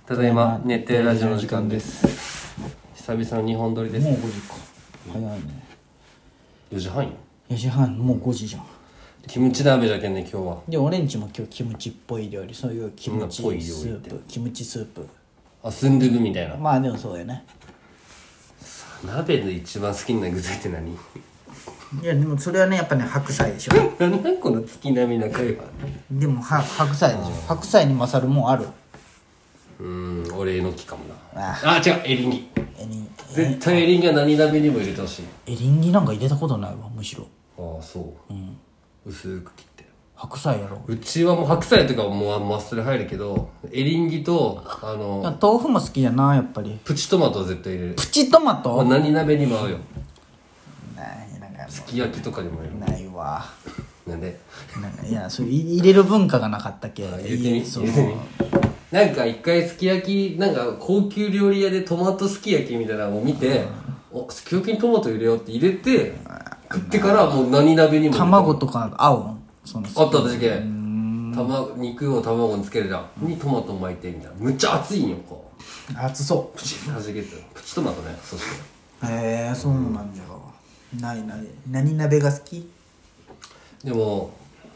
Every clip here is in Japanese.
ただいま熱帯ラジオの時間です。久々の2本撮りです。 もう5時か。早いね。 4時半よ。 4時半、もう5時じゃん。 キムチ鍋じゃけんね今日は。 で俺んちも今日キムチっぽい料理、そういうキムチスそんなっぽい料理ーってプ、キムチスープ。 あ、スンドゥブみたいな。 まあでもそうやね。 鍋で一番好きな具材って何？ いやでもそれはね、やっぱね、白菜でしょ。 なんだこの月並みな会話。 でも白菜でしょ。白菜に勝るもんある。 俺の木かもな。 あ違う、エリンギ。絶対エエリンギは何鍋にも入れてほしい。 リンギなんか入れたことないわ、むしろ。 ああそう、薄く切って。 白菜やろ。 うちはもう白菜とかもうそれ入るけど、エリンギといや豆腐も好きやな、やっぱり。 プチトマトは絶対入れる。 プチトマト、 まあ、何鍋にも合うよ。 なんかすき焼きとかにも入れる。 ないわ。 なんでいや、そう入れる文化がなかったっけ。 入れてみそう入れてみ。なんか一回すき焼き、なんか高級料理屋でトマトすき焼きみたいなのを見て、すき焼きにトマト入れようって入れて食ってからもう何鍋にも卵とか合うの？そのあった私け肉を卵につけるじゃん、にトマト巻いてみたいな。むっちゃ熱いんよ。こう熱そプチッてはじけてプチトマトね。そしてう。へえ、そうなんじゃ。ない。何鍋が好き？ でも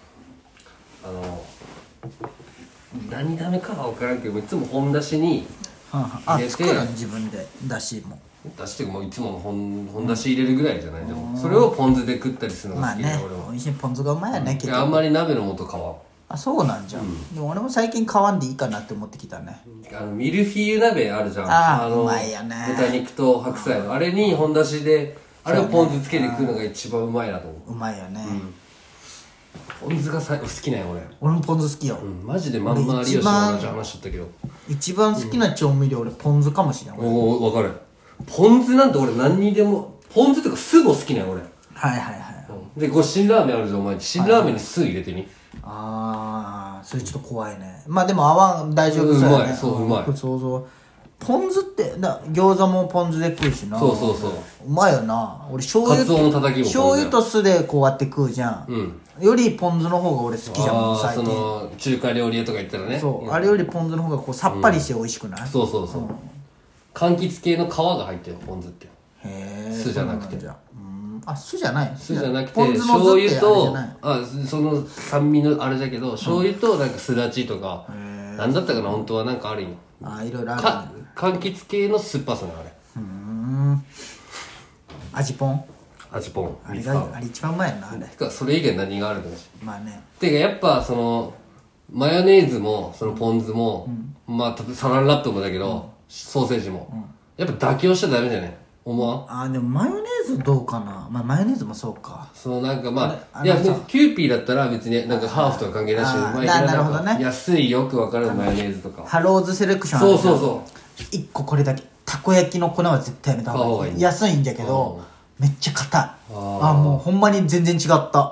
何鍋かは分からんけど、いつも本だしに入れて作るの自分でだしも。 出してもいつもの本だし入れるぐらいじゃない。でもそれをポン酢で食ったりするのが好きで、 まあね、 俺は。 美味しいポン酢がうまいやね、結あん構。 まり鍋の素買わん。 あ、そうなんじゃ。でも俺も最近買わんでいいかなって思ってきたね。 ミルフィーユ鍋あるじゃん。 うまいよね。 豚肉と白菜のあれに本だしであれをポン酢つけて食うのが一番うまいなと思う。 うまいよね。 ポン酢が好きなんや俺。 俺もポン酢好きよ。 マジでまんま有吉と同じ話しとったけど、 一番好きな調味料俺ポン酢かもしれん。俺おお分かる。ポン酢なんて俺何にでも、ポン酢とか酢も好きなんや俺。で辛ラーメンあるじゃんお前。辛ラーメンに酢入れてみ。 ああ、それちょっと怖いね。まあでも合わん、大丈夫そうやね。 うまい、そううまい。 そうポン酢って餃子もポン酢で食うしな。 そううまいよな。俺醤油カツオのたたきも醤油と酢でこうやって食うじゃん。よりポン酢の方が俺好きじゃん、最近。 その中華料理屋とか行ったらね。 そうあれよりポン酢の方がこうさっぱりして美味しくない？ そう柑橘系の皮が入ってるポン酢って。 へえ。 酢じゃなくて。 あ、酢じゃない。 酢じゃなくてポン酢の醤酢って油とあれじゃない。 その酸味のあれだけど、醤油となんかすだちとか、なんだったかな本当はなんかあるんよ。 いろいろあるね。 柑橘系の酸っぱさねあれ。 味ポン。 味ポン。 あれ一番うまいよな、あれ。 てかそれ以外何があるかし。 まあね。 てかやっぱそのマヨネーズもそのポン酢も、まあサランラップもだけど、ソーセージも、やっぱ妥協しちゃダメじゃね思わん？ でもマヨネーズどうかな。まあマヨネーズもそうか。 そのなんかまあいやキューピーだったら別になんかハーフとか関係なしにうまいけど、 なるほどね。 安いよくわかるマヨネーズとかハローズセレクションある。 そう 1個これだけ。たこ焼きの粉は絶対やめた方がいい。安いんだけどめっちゃ硬い。もうほんまに全然違った。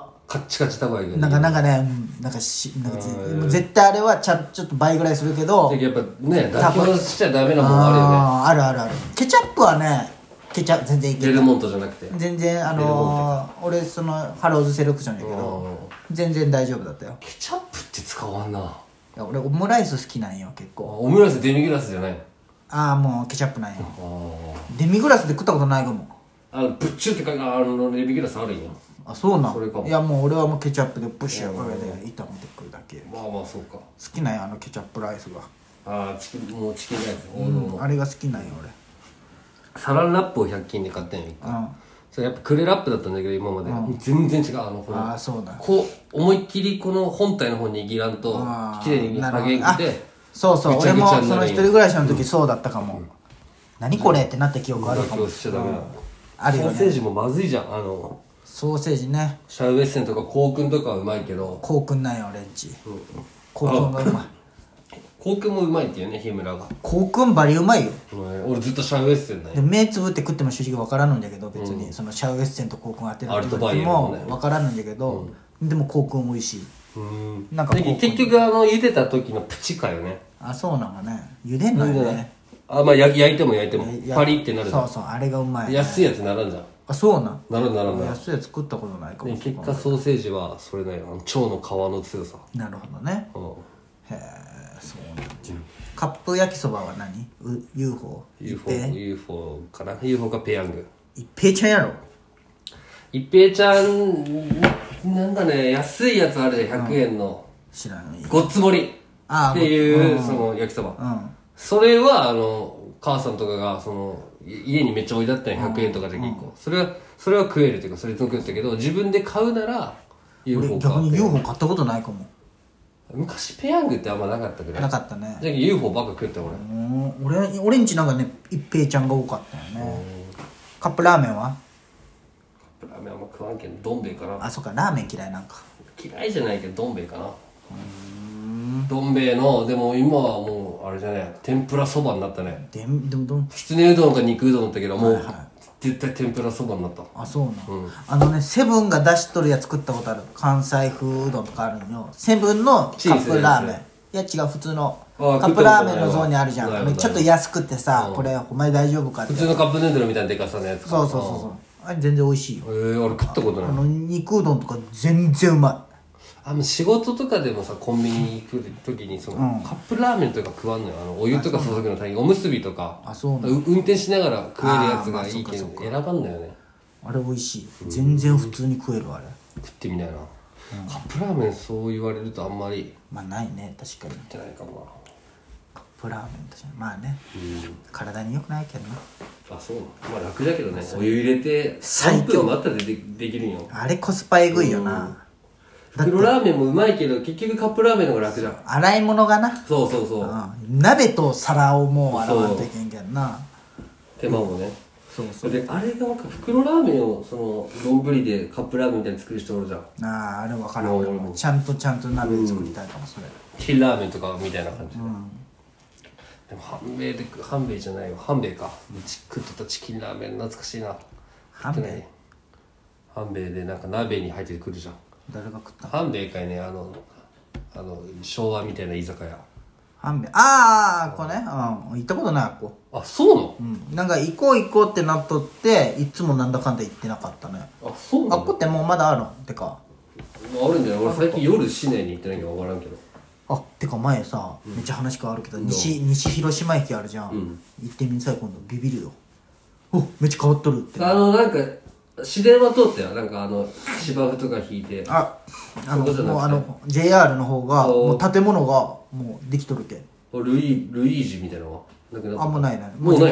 カッチカチたこ焼きなんかね、絶対あれはちょっと倍ぐらいするけど、 やっぱね妥協しちゃダメなもんあるよね。 ある。ケチャップはね、全然いける。 デルモントじゃなくて全然俺そのハローズセレクションやけど全然大丈夫だったよ。 ケチャップって使わんな。 いや俺オムライス好きなんよ結構。 オムライスデミグラスじゃない？ もうケチャップなんよ。デミグラスで食ったことないかも。 ブッチュってデミグラスあるんよ。 そうなん。 それかも。 いやもう俺はもうケチャップでプッシュかけて炒めて食うだけ。 まあそうか。 好きなんよケチャップライスが。 チキンライス。 あれが好きなんよ俺。 サランラップを100均で買ったんよ一回。それやっぱクレラップだったんだけど今まで全然違う。 そうだ。 こう思いっきりこの本体の方に握らんと綺麗に剥げんくて。 そう俺もその一人暮らしの時そうだったかも。何これってなった記憶あるかも。 しちゃダメだ。 あるよね。 ソーセージもまずいじゃん。 ソーセージね。 シャウエッセンとかコークンとかはうまいけど。 コークンなんよ俺んち。コークンがうまい。 コークンもうまいっていうね日村が。 コークンバリうまいよ。 俺ずっとシャウエッセンだよ。 目つぶって食っても正直分からんんだけど別にそのシャウエッセンとコークン当てるっても分からんんだけど、でもコークン美味しい。 なんか結局茹でた時のプチかよね。 そうなのね。茹でんのよね。 まあ焼いてもパリってなる。 そうあれがうまい。 安いやつならんじゃん。 そうなん。 なる安いやつ食ったことないかも。 結果ソーセージはそれだよ。腸の皮の強さ。 なるほどね。 へえ、そうなんじゃ。 カップ焼きそばは何？UFO かな。 UFO かペヤング。 一平ちゃんやろ。 一平ちゃんなんだね、安いやつあるで100円の、 知らない。 ごっつ盛りっていうその焼きそば、それは母さんとかが家にめっちゃ置いてあったの100円とかで結構、それは食えるっていうか、それいつも食ったけど、自分で買うなら UFO 俺逆に UFO 買ったことないかも。 昔ペヤングってあんまなかったぐらい。 なかったね。 じゃあ UFO ばっか食った俺んちなんかね一平ちゃんが多かったよね。カップラーメンは？ ラーメンあんま食わんけどどん兵衛かな。 あ、そっか、ラーメン嫌いなんか。 嫌いじゃないけどどん兵衛かな。どん兵衛の、でも今はもうあれじゃね、天ぷらそばになったね。 でもきつねうどんか肉うどんだったけど、もう絶対天ぷらそばになった。 あ、そうな、セブンが出しとるやつ食ったことある。関西風うどんとかあるんよ。セブンのカップラーメン。いや違う、普通のカップラーメンのゾーンにあるじゃん。ちょっと安くてさ、これお前大丈夫かって。 普通のカップヌードルみたいなでかさのやつ。 そうあれ全然美味しいよ。 俺食ったことない。 肉うどんとか全然うまい。仕事とかでもさ、コンビニ行く時にカップラーメンとか食わんのよ。お湯とか注ぐの大変。おむすびとか運転しながら食えるやつがいいけど選ばんのよね。あれ美味しい。全然普通に食える。あれ食ってみないな。カップラーメンそう言われるとあんまりないね。確かに食ってないかもな。 カップラーメン確かにまあね、体に良くないけどな。 あ、そう。まあ楽だけどね。お湯入れて3分待ったらできるんよ。 あれコスパえぐいよな。 袋ラーメンもうまいけど結局カップラーメンの方が楽じゃん。 洗い物がな。そう 、 鍋と皿をもう洗わんといけんけんな。 手間もね。であれが袋ラーメンを丼でカップラーメンみたいに作る人おるじゃん。 あれ分からん。俺もちゃんと鍋で作りたいかも。それチンラーメンとかみたいな感じで。でも半兵衛じゃないよ、半兵衛か。食っとったチキンラーメン懐かしいな。 半兵衛でなんか鍋に入ってくるじゃん。 誰が食った？ 半兵衛かいね。昭和みたいな居酒屋。 半兵衛、ああこれね。行ったことない。 あ、そうなの？ なんか行こうってなっとっていつもなんだかんだ行ってなかったね。 あ、そうなの？ あっこってもうまだあるんてか。 あるんだよ。俺最近夜市内に行ってないけど分からんけど。 てか前さ、めっちゃ話変わるけど、西広島駅あるじゃん。行ってみんさい今度。ビビるよ。めっちゃ変わっとるって。 なんか市電は通ったよ。なんか芝生とか引いて。 もうJR の方がもう建物がもうできとるけ。 ルイージみたいなのはもうない。 もうない。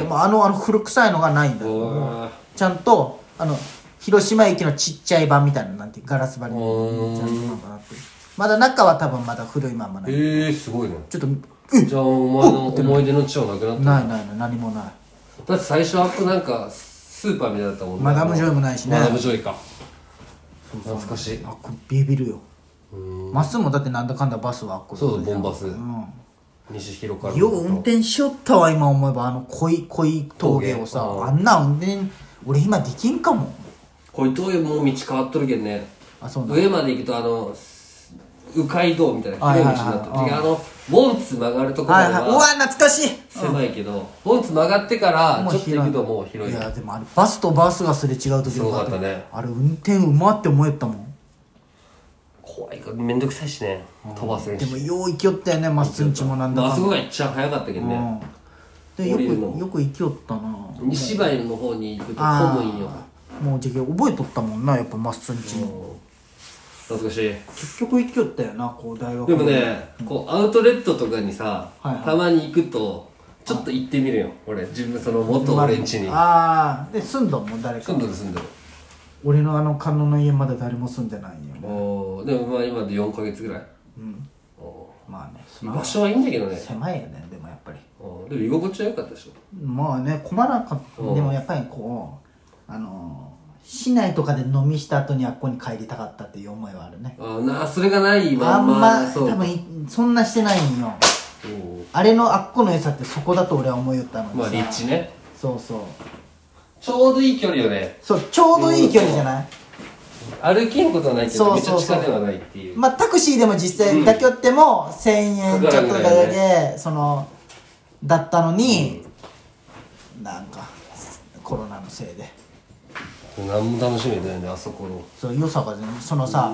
古臭いのがないんだよ。ちゃんと広島駅のちっちゃい版みたいな、なんていうガラス張りにちゃんとなんかなってる。まだ中は多分まだ古いまんまない。 すごいね。 ちょっとじゃあお前の思い出の地はなくなった？ ない何もない。 だって最初はなんかスーパーみたいだったもんね。 マダムジョイもないしね。 マダムジョイか。懐かしい。 ビビるよ。まっすぐもだってなんだかんだバスはあっこ。 そう、ボンバス。西広からよう運転しよったわ。今思えば濃い峠をさ、あんな運転俺今できんかも。 濃い峠もう道変わっとるけんね。 そう上まで行くと迂回道みたいな広い道になってる。ボンツ曲がるところはうわ懐かしい。 狭いけど、ボンツ曲がってからちょっと行くともう広い。 いやでもバスとバスがすれ違う時すごかったね。 あれ運転うまって思えたもん。 怖いからめんどくさいしね、飛ばせんし。 でもよう行きよったよね、まっすんちもなんだかんだ。 あそこが一番早かったけどね。 でよく行きよったな。 西梅の方に行くと混むんよ。 もうじゃ覚えとったもんな、やっぱまっすんちも。 懐かしい。 結局行きよったよな、大学でもね、アウトレットとかにさ、たまに行くとちょっと行ってみるよ。俺自分元俺ん家に。 で住んどんもん誰か。 住んどる。 俺の観音の家まだ誰も住んでないんよね。 でもまあ今で4ヶ月ぐらい。 まあね、 場所はいいんだけどね。 狭いよね、でもやっぱり。 でも居心地は良かったでしょ。 まあね、困らんかった。でもやっぱり市内とかで飲みした後にあっこに帰りたかったっていう思いはあるね。 それがないまんま多分そんなしてないんよ。あれのあっこの良さってそこだと俺は思いよったのにさ。 まあ立地ね。 そうちょうどいい距離よね。 そう、ちょうどいい距離じゃない？ 歩けんことはないけどめっちゃ近ではないっていう。 まあタクシーでも実際妥協っても1000円ちょっとかだけだったのに、なんかコロナのせいで何も楽しめてないんで、あそこの良さがね、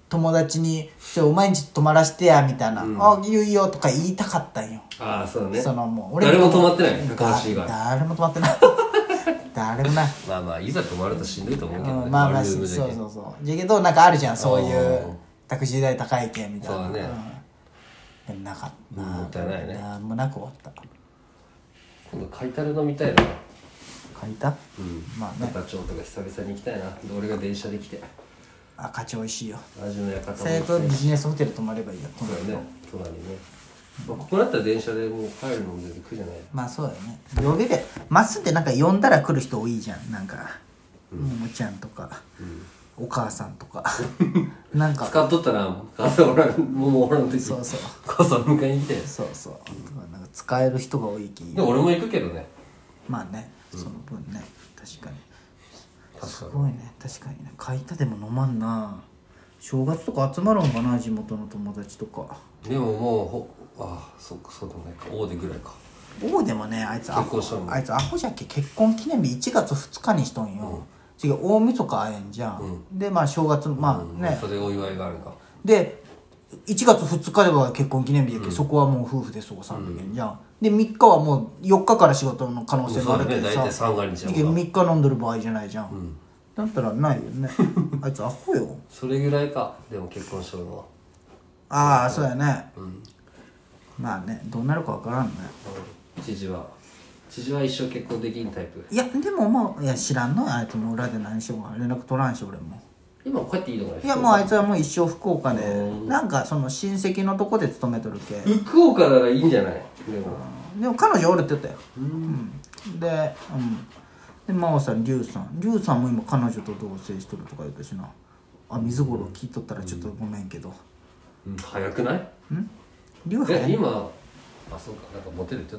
友達にお前んち泊まらせてやみたいな、あ言うよとか言いたかったんよ。 ああそうね。 もう俺誰も泊まってない高橋以外。 誰も泊まってない誰もない。 まあいざ泊まるとしんどいと思うけどね。 まあそうじゃけどなんかあるじゃん、そういうタクシー代高いけみたいな。そうね。でもなかったな。 もったいないね。 なんもなく終わった。 今度買いたる飲みたいな。 買いた？ まあね。中町とか久々に行きたいな。俺が電車で来て。 赤町美味しいよ。 味の館も。 最悪ビジネスホテル泊まればいいよ。 そうだね。隣ね。ここだったら電車でもう帰るのも全然苦じゃない。 まあそうだよね。呼べでまっすんってなんか呼んだら来る人多いじゃん。なんかももちゃんとか、お母さんとかなんか使っとったら母さんおらんもうおらん時そう母さん迎えに来てそうなんか使える人が多いき。 でも俺も行くけどね。 まあね、その分ね、確かにすごいね。確かにね。買いたでも飲まんな。正月とか集まるんかな、地元の友達とか。 でももうそうでもないか。大手ぐらいか。 大手もね、あいつアホじゃっけ。結婚記念日1月2日にしとんよ。次大晦日会えんじゃん。でまあ正月まあね。 それお祝いがあるか。 で1月2日では結婚記念日やけど、そこはもう夫婦で過ごさんといけんじゃん。で3日はもう4日から仕事の可能性があるけどさ、 大体三が日やもんな。3日飲んでる場合じゃないじゃん。だったらないよね。あいつアホよ。 それぐらいか。でも結婚しようのは。 ああそうやね。まあね、どうなるかわからんね。 知事は一生結婚できんタイプ。 いやでももう知らんの。あいつも裏で何しようか連絡取らんし俺も。 今帰っていいのかな。 いやもうあいつはもう一生福岡でなんかその親戚のとこで勤めとるけ。 福岡ならいいんじゃない。 でも彼女おるって言ったよ。で真央さん、龍さんも今彼女と同棲しとるとか言ったしな。水五郎聞いとったらちょっとごめんけど。 早くない？ 龍早い。 今そうか、なんかモテるって言っ